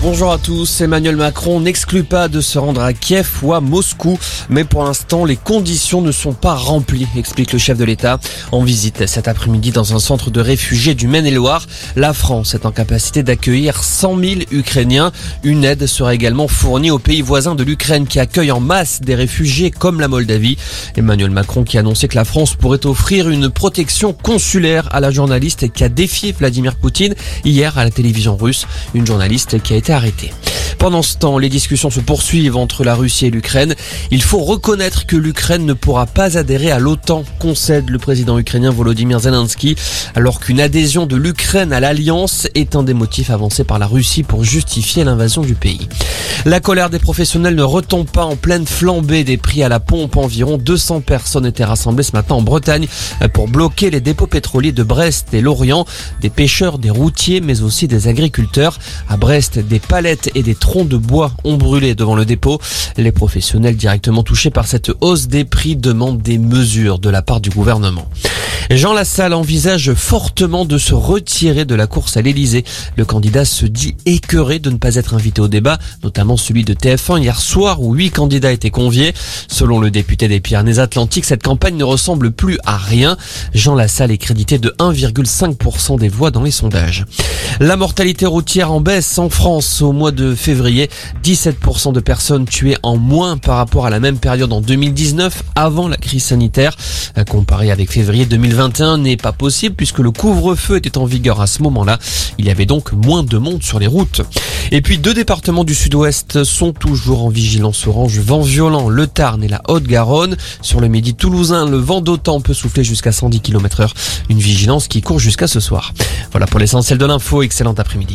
Bonjour à tous. Emmanuel Macron n'exclut pas de se rendre à Kiev ou à Moscou, mais pour l'instant, les conditions ne sont pas remplies, explique le chef de l'État. En visite cet après-midi dans un centre de réfugiés du Maine-et-Loire, la France est en capacité d'accueillir 100 000 Ukrainiens. Une aide sera également fournie aux pays voisins de l'Ukraine qui accueillent en masse des réfugiés comme la Moldavie. Emmanuel Macron qui a annoncé que la France pourrait offrir une protection consulaire à la journaliste qui a défié Vladimir Poutine hier à la télévision russe. Une journaliste qui a été arrêtée. Pendant ce temps, les discussions se poursuivent entre la Russie et l'Ukraine. Il faut reconnaître que l'Ukraine ne pourra pas adhérer à l'OTAN, concède le président ukrainien Volodymyr Zelensky, alors qu'une adhésion de l'Ukraine à l'Alliance est un des motifs avancés par la Russie pour justifier l'invasion du pays. La colère des professionnels ne retombe pas en pleine flambée des prix à la pompe. Environ 200 personnes étaient rassemblées ce matin en Bretagne pour bloquer les dépôts pétroliers de Brest et Lorient. Des pêcheurs, des routiers, mais aussi des agriculteurs. À Brest, des palettes et des troncs de bois ont brûlé devant le dépôt. Les professionnels directement touchés par cette hausse des prix demandent des mesures de la part du gouvernement. Jean Lassalle envisage fortement de se retirer de la course à l'Elysée. Le candidat se dit écœuré de ne pas être invité au débat, notamment celui de TF1 hier soir où 8 candidats étaient conviés. Selon le député des Pyrénées-Atlantiques, cette campagne ne ressemble plus à rien. Jean Lassalle est crédité de 1,5% des voix dans les sondages. La mortalité routière en baisse en France au mois de février. 17% de personnes tuées en moins par rapport à la même période en 2019, avant la crise sanitaire. Comparé avec février 2021 n'est pas possible puisque le couvre-feu était en vigueur à ce moment-là. Il y avait donc moins de monde sur les routes. Et puis 2 départements du sud-ouest sont toujours en vigilance orange. Vent violent, le Tarn et la Haute-Garonne. Sur le midi toulousain, le vent d'autant peut souffler jusqu'à 110 km/h. Une vigilance qui court jusqu'à ce soir. Voilà pour l'essentiel de l'info. Excellent après-midi.